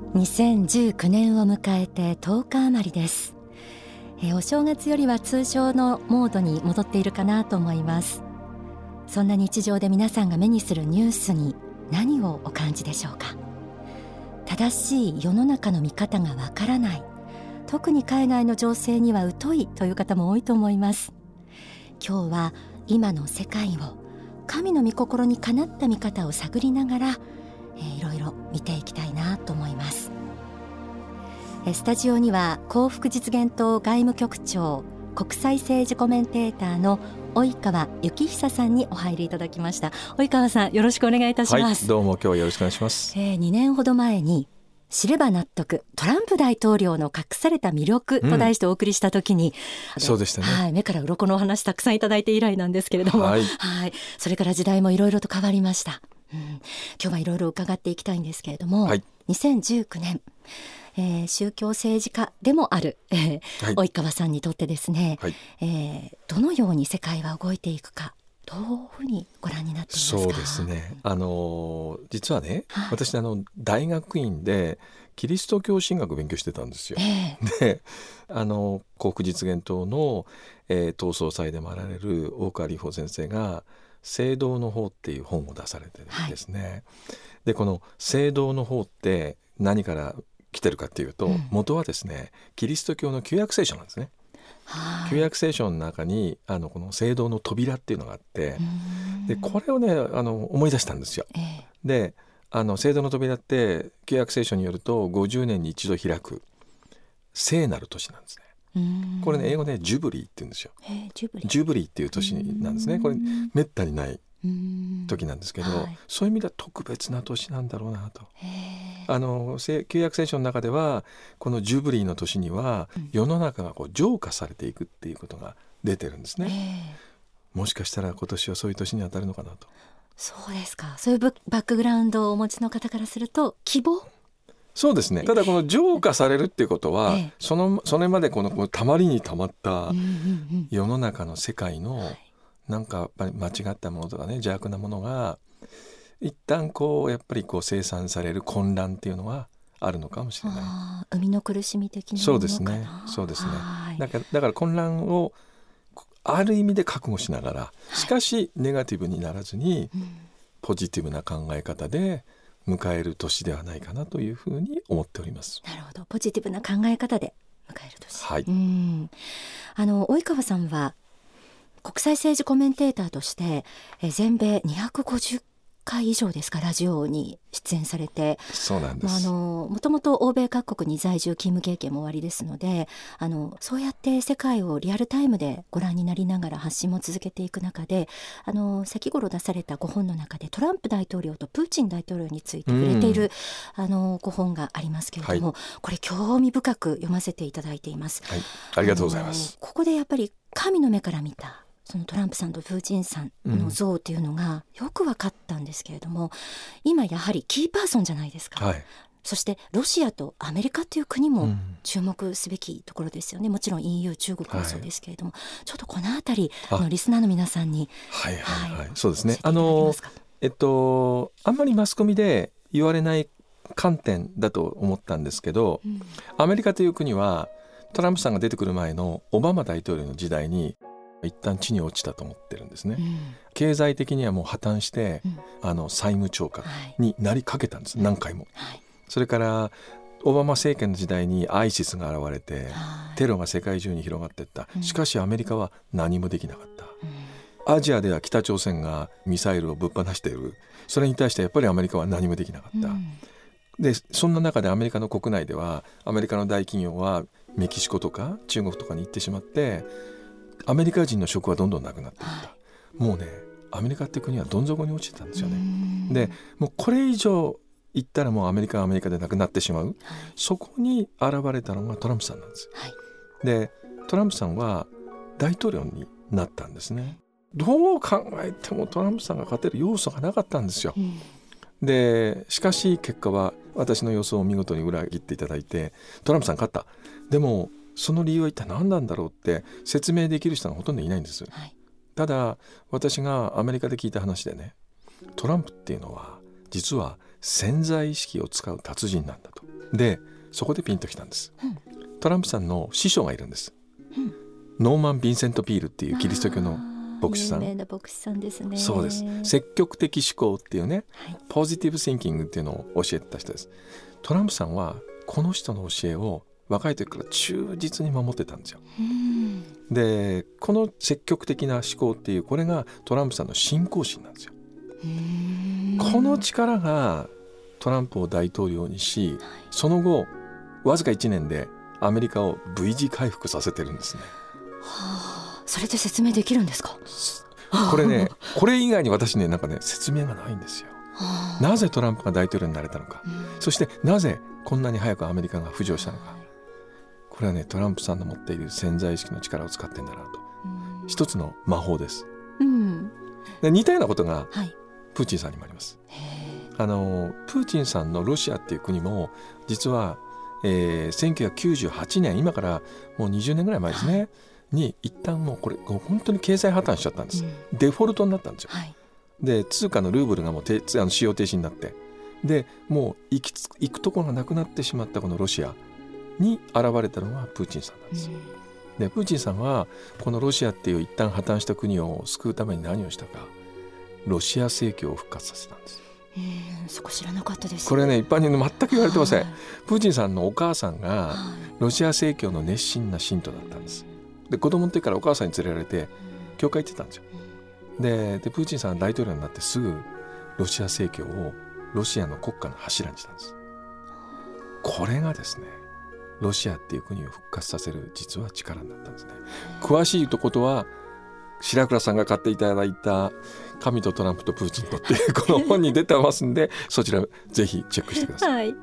2019年を迎えて10日余りです。お正月よりは通常のモードに戻っているかなと思います。そんな日常で皆さんが目にするニュースに何をお感じでしょうか。正しい世の中の見方がわからない、特に海外の情勢には疎いという方も多いと思います。今日は今の世界を神の御心にかなった見方を探りながら、いろいろ見ていきたいなと思います。スタジオには幸福実現党外務局長、国際政治コメンテーターの及川幸久さんにお入りいただきました。及川さん、よろしくお願いいたします。 はい、どうも今日はよろしくお願いします。 2年ほど前に知れば納得、トランプ大統領の隠された魅力と題してお送りした時に、 そうでしたね、 はい、目から鱗のお話たくさんいただいて以来なんですけれども、はいはい、それから時代もいろいろと変わりました。今日はいろいろ伺っていきたいんですけれども、はい、2019年、宗教政治家でもある、及川さんにとってですね、はい、どのように世界は動いていくか、どういうふうにご覧になっていますか。 そうですね、実はね、はい、私大学院でキリスト教神学を勉強してたんですよ。で幸福実現党の、党総裁でもあられる大川隆法先生が聖堂の法っていう本を出されてるんですね、はい、でこの聖堂の法って何から来てるかっていうと、元はですね、キリスト教の旧約聖書なんですね。旧約聖書の中にこの聖堂の扉っていうのがあって、でこれをね思い出したんですよ。で聖堂の扉って旧約聖書によると50年に一度開く聖なる年なんですね。これね、英語でジュブリーって言うんですよ。ジュブリーっていう年なんですね。これめったにない時なんですけど、はい、そういう意味では特別な年なんだろうなと。旧約聖書の中ではこのジュブリーの年には世の中が浄化されていくっていうことが出てるんですね。もしかしたら今年はそういう年に当たるのかなと。 そうですか。そういうバックグラウンドをお持ちの方からすると希望。 そうですね。ただこの浄化されるっていうことは、それまでこのたまりにたまった世の中の世界のなんかやっぱり間違ったものとかね、邪悪なものが一旦やっぱり生産される混乱っていうのはあるのかもしれない。 生みの苦しみ的なものかな。 そうですね、そうですね。だから混乱をある意味で覚悟しながら、しかしネガティブにならずに、ポジティブな考え方で迎える年ではないかなというふうに思っております。 なるほど、ポジティブな考え方で迎える年。 はい。 及川さんは国際政治コメンテーターとして全米250回以上ですか、ラジオに出演されて。 そうなんです。 もともと欧米各国に在住勤務経験もおありですので、そうやって世界をリアルタイムでご覧になりながら発信も続けていく中で、先頃出されたご本の中でトランプ大統領とプーチン大統領について触れている、ご本がありますけれども、はい、これ興味深く読ませていただいています。 はい、ありがとうございます。 ここでやっぱり神の目から見たそのトランプさんとプーチンさんの像っていうのがよく分かったんですけれども、今やはりキーパーソンじゃないですか、はい、そしてロシアとアメリカという国も注目すべきところですよね。もちろん EU、中国もそうですけれども、ちょっとこのあたりリスナーの皆さんにそうですね、あんまりマスコミで言われない観点だと思ったんですけど、アメリカという国はトランプさんが出てくる前のオバマ大統領の時代に一旦地に落ちたと思ってるんですね、経済的にはもう破綻して、債務超過になりかけたんです、何回も、それからオバマ政権の時代にアイシスが現れて、テロが世界中に広がっていった。しかしアメリカは何もできなかった、アジアでは北朝鮮がミサイルをぶっ放している。それに対してやっぱりアメリカは何もできなかった、でそんな中でアメリカの国内ではアメリカの大企業はメキシコとか中国とかに行ってしまって、アメリカ人の職はどんどんなくなっていった、もうね、アメリカって国はどん底に落ちてたんですよね。でもうこれ以上言ったらもうアメリカはアメリカでなくなってしまう、そこに現れたのがトランプさんなんです、でトランプさんは大統領になったんですね。どう考えてもトランプさんが勝てる要素がなかったんですよ、でしかし結果は私の予想を見事に裏切っていただいてトランプさん勝った。でもその理由は一体何なんだろうって説明できる人がほとんどいないんです、ただ私がアメリカで聞いた話でね、トランプっていうのは実は潜在意識を使う達人なんだと。でそこでピンときたんです、トランプさんの師匠がいるんです、ノーマン・ヴィンセント・ピールっていうキリスト教の牧師さん。 有名な牧師さんですね。 そうです。積極的思考っていうね、ポジティブシンキングっていうのを教えてた人です。トランプさんはこの人の教えを若い時から忠実に守ってたんですよ。でこの積極的な思考っていうこれがトランプさんの信仰心なんですよ。この力がトランプを大統領にし、その後わずか1年でアメリカを V 字回復させてるんですね。 それで説明できるんですか？ これねこれ以外に私ねなんかね説明がないんですよ。なぜトランプが大統領になれたのか、そしてなぜこんなに早くアメリカが浮上したのか。これはねトランプさんの持っている潜在意識の力を使ってんだなと、一つの魔法です、で似たようなことがプーチンさんにもあります。プーチンさんのロシアっていう国も実は、1998年今からもう20年ぐらい前ですね、に一旦もうこれ本当に経済破綻しちゃったんです、デフォルトになったんですよ、で通貨のルーブルがもう使用停止になって、でもう行くところがなくなってしまったこのロシアに現れたのがプーチンさんなんです、でプーチンさんはこのロシアっていう一旦破綻した国を救うために何をしたか、ロシア正教を復活させたんです。 そこ知らなかったです。 これね一般に全く言われてません、プーチンさんのお母さんがロシア正教の熱心な信徒だったんです。で子供の時からお母さんに連れられて教会行ってたんですよ。でプーチンさんが大統領になってすぐロシア正教をロシアの国家の柱にしたんです。これがですねロシアっていう国を復活させる実は力になったんですね。詳しいことは白倉さんが買っていただいた神とトランプとプーチンとっていうこの本に出てますんでそちらぜひチェックしてください、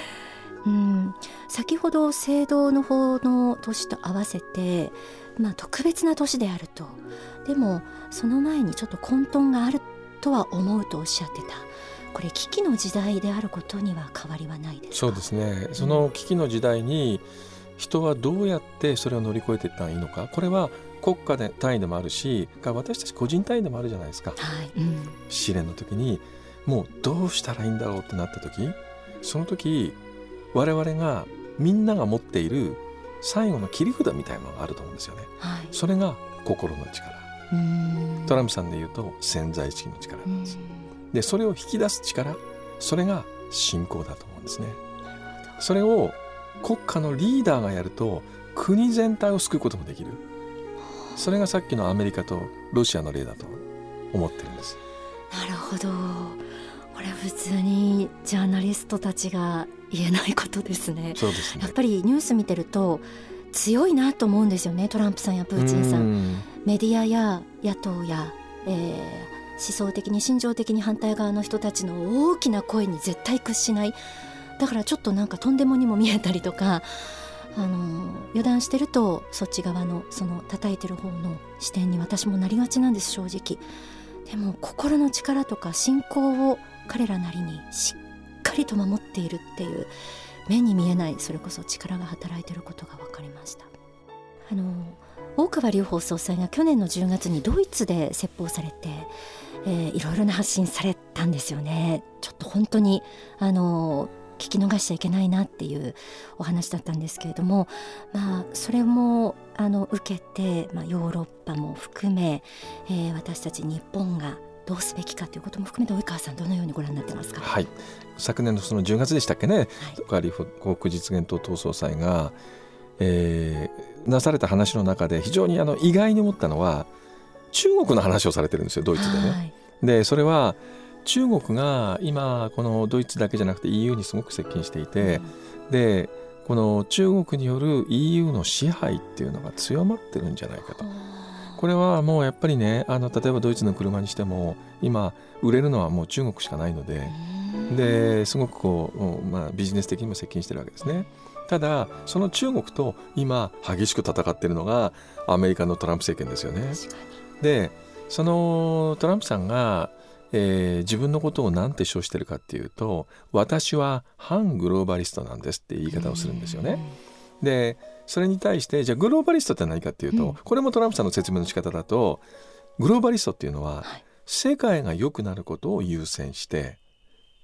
先ほど聖堂の方の年と合わせて、特別な年であると、でもその前にちょっと混沌があるとは思うとおっしゃってた。これ危機の時代であることには変わりはないですか？ そうですね、その危機の時代に人はどうやってそれを乗り越えていったらいいのか、これは国家で単位でもあるし私たち個人単位でもあるじゃないですか、試練の時にもうどうしたらいいんだろうってなった時、その時我々がみんなが持っている最後の切り札みたいなのがあると思うんですよね、それが心の力、トランプさんでいうと潜在意識の力なんです。でそれを引き出す力、それが信仰だと思うんですね。それを国家のリーダーがやると国全体を救うこともできる。それがさっきのアメリカとロシアの例だと思ってるんです。 なるほど、これは普通にジャーナリストたちが言えないことですね。 そうですね、やっぱりニュース見てると強いなと思うんですよね。トランプさんやプーチンさん、メディアや野党や、思想的に心情的に反対側の人たちの大きな声に絶対屈しない。だからちょっとなんかとんでもにも見えたりとか、油断してるとそっち側のその叩いてる方の視点に私もなりがちなんです、正直。でも心の力とか信仰を彼らなりにしっかりと守っているっていう目に見えない、それこそ力が働いていることが分かりました。大川隆法総裁が去年の10月にドイツで説法されて、いろいろな発信されたんですよね。ちょっと本当に聞き逃しちゃいけないなっていうお話だったんですけれども、それも受けて、ヨーロッパも含め、私たち日本がどうすべきかということも含めて、及川さんどのようにご覧になってますか？ 昨年のその10月でしたっけね、李克実現党党総裁が、なされた話の中で非常に意外に思ったのは中国の話をされてるんですよ、ドイツでね。でそれは中国が今このドイツだけじゃなくて EU にすごく接近していて、でこの中国による EU の支配っていうのが強まってるんじゃないかと。これはもうやっぱりね、例えばドイツの車にしても今売れるのはもう中国しかないので、ですごくこう、ビジネス的にも接近してるわけですね。ただその中国と今激しく戦っているのがアメリカのトランプ政権ですよね。でそのトランプさんが自分のことを何て称してるかっていうと、私は反グローバリストなんですって言い方をするんですよね。でそれに対してじゃあグローバリストって何かっていうと、これもトランプさんの説明の仕方だと、グローバリストっていうのは世界が良くなることを優先して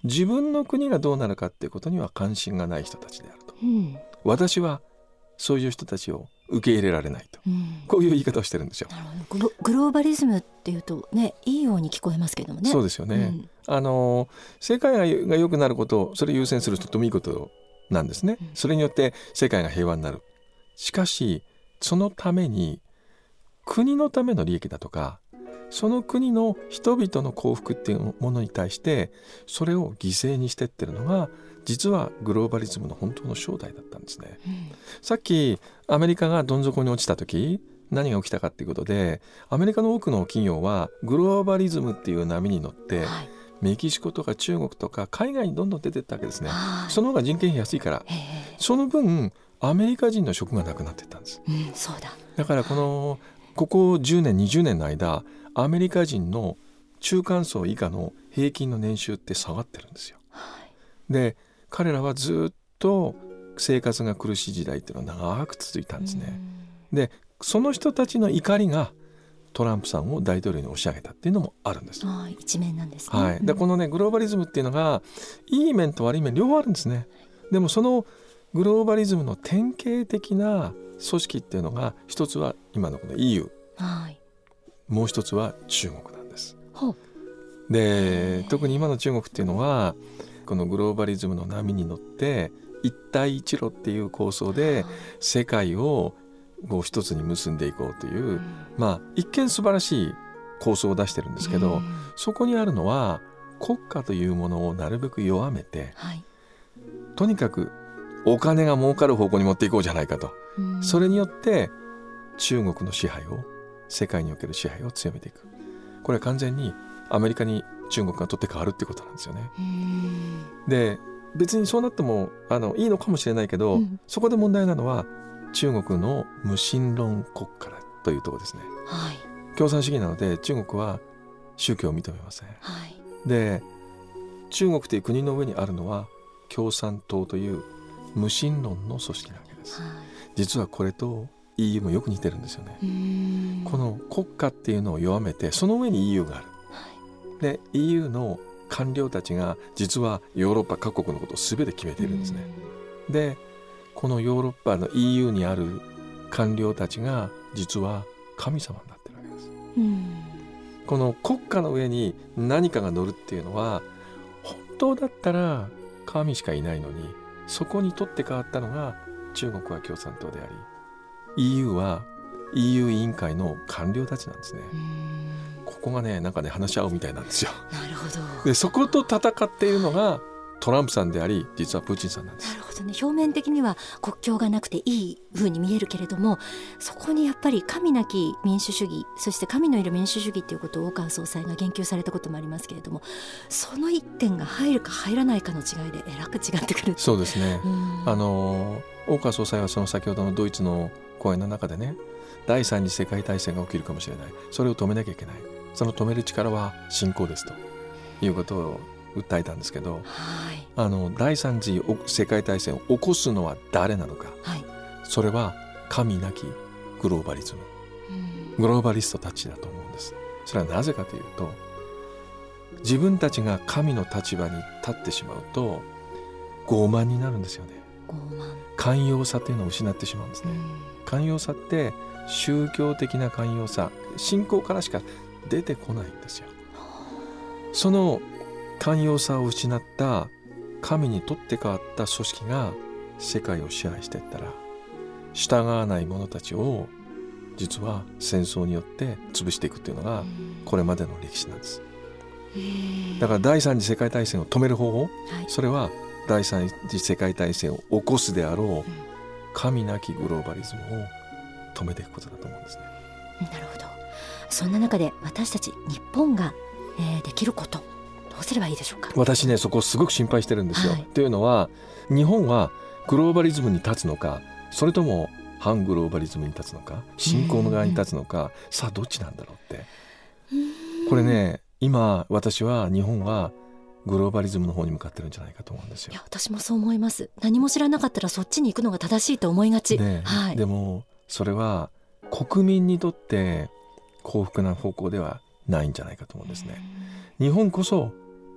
自分の国がどうなるかっていうことには関心がない人たちであると、私はそういう人たちを受け入れられないと、こういう言い方をしてるんですよ。 なるほど。グローバリズムっていうとね、いいように聞こえますけどもね。 そうですよね、世界が良くなること、それを優先するとてもいいことなんですね、それによって世界が平和になる。しかしそのために国のための利益だとか、その国の人々の幸福っていうものに対してそれを犠牲にしてってるのが実はグローバリズムの本当の正体だったんですね、さっきアメリカがどん底に落ちた時何が起きたかっていうことで、アメリカの多くの企業はグローバリズムっていう波に乗って、メキシコとか中国とか海外にどんどん出てったわけですね、その方が人件費安いから、その分アメリカ人の職がなくなっていったんです、 そうだ。 だからここ10年20年の間、アメリカ人の中間層以下の平均の年収って下がってるんですよ、で彼らはずっと生活が苦しい時代っていうのは長く続いたんですね、でその人たちの怒りがトランプさんを大統領に押し上げたっていうのもあるんです。 一面なんですね、 でこのねグローバリズムっていうのがいい面と悪い面両方あるんですね。でもそのグローバリズムの典型的な組織っていうのが一つは今のこの EU、もう一つは中国なんです。で特に今の中国っていうのはこのグローバリズムの波に乗って一帯一路っていう構想で世界を一つに結んでいこうという、一見素晴らしい構想を出してるんですけど、そこにあるのは国家というものをなるべく弱めて、とにかくお金が儲かる方向に持っていこうじゃないかと、それによって中国の支配を、世界における支配を強めていく。これは完全にアメリカに中国が取って代わるっていうことなんですよね。で別にそうなってもいいのかもしれないけど、そこで問題なのは中国の無神論国家というところですね、共産主義なので中国は宗教を認めません、で中国という国の上にあるのは共産党という無神論の組織なわけです、実はこれと EU もよく似てるんですよね。この国家っていうのを弱めて、その上に EU がある、で EU の官僚たちが実はヨーロッパ各国のことを全て決めているんですね。でこのヨーロッパの EU にある官僚たちが実は神様になってるわけです、この国家の上に何かが乗るっていうのは本当だったら神しかいないのに、そこに取って代わったのが中国は共産党であり EU は EU 委員会の官僚たちなんですね。ここがねなんかね話し合うみたいなんですよ。 なるほど。 でそこと戦っているのがトランプさんであり、実はプーチンさんなんです。 なるほどね。表面的には国境がなくていい風に見えるけれども、そこにやっぱり神なき民主主義、そして神のいる民主主義ということを大川総裁が言及されたこともありますけれども、その一点が入るか入らないかの違いでえらく違ってくる。 そうですね、大川総裁はその先ほどのドイツの講演の中でね、第三次世界大戦が起きるかもしれない、それを止めなきゃいけない、その止める力は信仰ですということを訴えたんですけど、第三次世界大戦を起こすのは誰なのか、それは神なきグローバリズム、グローバリストたちだと思うんです。それはなぜかというと、自分たちが神の立場に立ってしまうと傲慢になるんですよね。寛容さというのを失ってしまうんですね。寛容さって宗教的な寛容さ、信仰からしか出てこないんですよ。その寛容さを失った神に取って代わった組織が世界を支配していったら、従わない者たちを実は戦争によって潰していくっていうのがこれまでの歴史なんです。だから第三次世界大戦を止める方法、それは第三次世界大戦を起こすであろう神なきグローバリズムを止めていくことだと思うんですね。 なるほど。そんな中で私たち日本が、できること、どうすればいいでしょうか。 私ねそこすごく心配してるんですよ、というのは日本はグローバリズムに立つのか、それとも反グローバリズムに立つのか、信仰の側に立つのか、さあどっちなんだろうって。これね、今私は日本はグローバリズムの方に向かってるんじゃないかと思うんですよ。 いや私もそう思います。何も知らなかったらそっちに行くのが正しいと思いがち、 でもそれは国民にとって幸福な方向ではないんじゃないかと思うんですね。日本こそ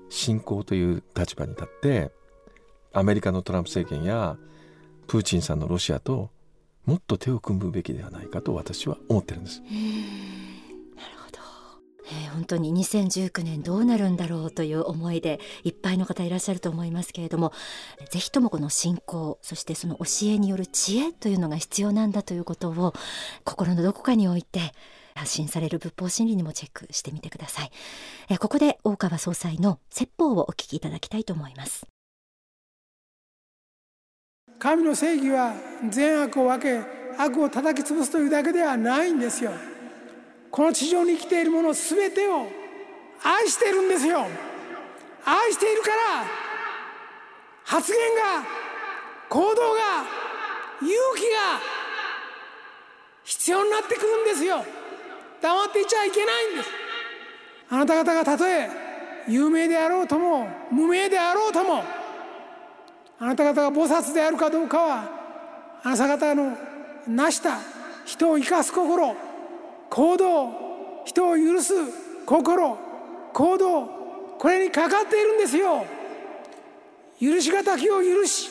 信仰という立場に立ってアメリカのトランプ政権やプーチンさんのロシアともっと手を組むべきではないかと私は思ってるんです。 なるほど。本当に2019年どうなるんだろうという思いでいっぱいの方いらっしゃると思いますけれども、ぜひともこの信仰、そしてその教えによる知恵というのが必要なんだということを心のどこかに置いて発信される仏法真理にもチェックしてみてください。ここで大川総裁の説法をお聞きいただきたいと思います。 神の正義は善悪を分け、悪を叩き潰すというだけではないんですよ。この地上に生きているもの全てを愛しているんですよ。愛しているから発言が、行動が、勇気が必要になってくるんですよ。黙っていちゃいけないんです。あなた方がたとえ有名であろうとも無名であろうとも、あなた方が菩薩であるかどうかはあなた方の成した人を生かす心、行動、人を許す心、行動、これにかかっているんですよ。許しがたきを許し、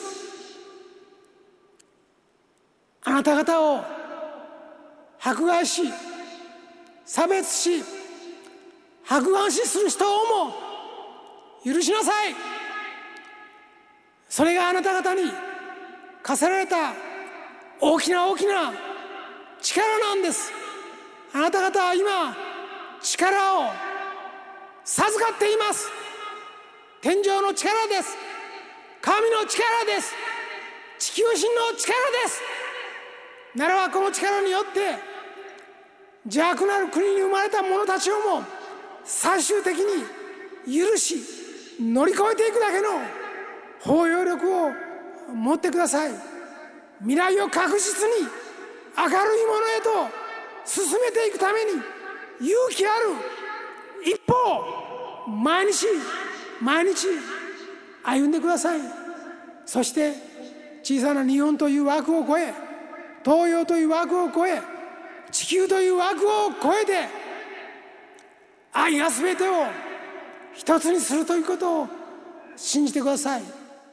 あなた方を迫害し、差別し、白眼視する人をも許しなさい。それがあなた方に課せられた大きな大きな力なんです。あなた方は今力を授かっています。天上の力です。神の力です。地球神の力です。ならばこの力によって邪悪なる国に生まれた者たちをも最終的に許し乗り越えていくだけの包容力を持ってください。未来を確実に明るいものへと進めていくために勇気ある一歩を毎日毎日歩んでください。そして小さな日本という枠を超え、東洋という枠を超え、地球という枠を超えて愛が全てを一つにするということを信じてください。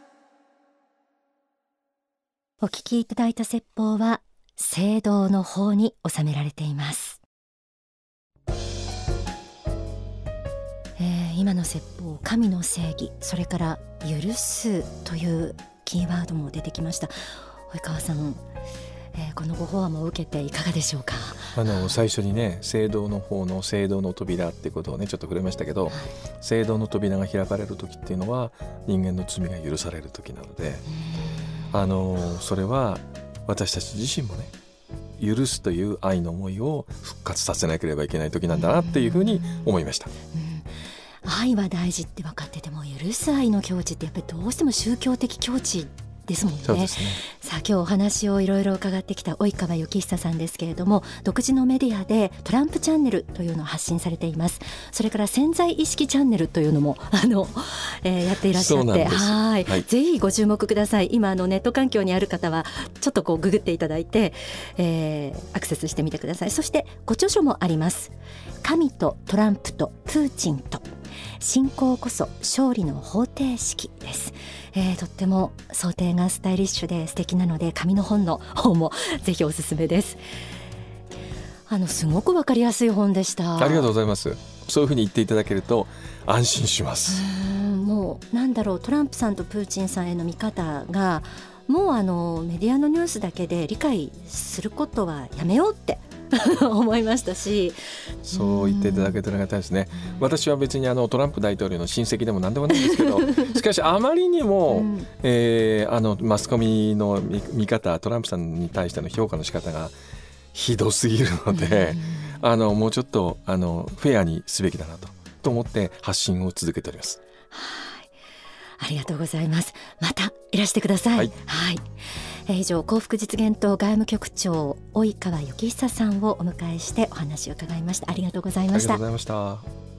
お聞きいただいた説法は聖堂の方に収められています。今の説法、神の正義、それから許すというキーワードも出てきました。及川さん、このご法話も受けていかがでしょうか。 最初にね、聖堂の方の聖堂の扉っていうことをねちょっと触れましたけど、聖堂の扉が開かれる時っていうのは人間の罪が許される時なので、それは私たち自身もね、許すという愛の思いを復活させなければいけない時なんだなっていうふうに思いました。 愛は大事って分かってても、許す愛の境地ってやっぱりどうしても宗教的境地ですもんね。 そうですね。 さあ今日お話をいろいろ伺ってきた及川幸久さんですけれども、独自のメディアでトランプチャンネルというのを発信されています。それから潜在意識チャンネルというのもやっていらっしゃって、はい、ぜひご注目ください。今ネット環境にある方はちょっとこうググっていただいて、アクセスしてみてください。そしてご著書もあります。神とトランプとプーチンと、信仰こそ勝利の方程式です。とっても想定がスタイリッシュで素敵なので、紙の本の方もぜひおすすめです。すごくわかりやすい本でした。 ありがとうございます。そういうふうに言っていただけると安心します。 もうトランプさんとプーチンさんへの見方がもうメディアのニュースだけで理解することはやめようって思いましたし、 そう言っていただけてありがたいですね。私は別にトランプ大統領の親戚でも何でもないんですけどしかしあまりにも、マスコミの見方、トランプさんに対しての評価の仕方がひどすぎるので、もうちょっとフェアにすべきだなと思って発信を続けております。 ありがとうございます。またいらしてください。以上、幸福実現党外務局長及川幸久さんをお迎えしてお話を伺いました。ありがとうございました。 ありがとうございました。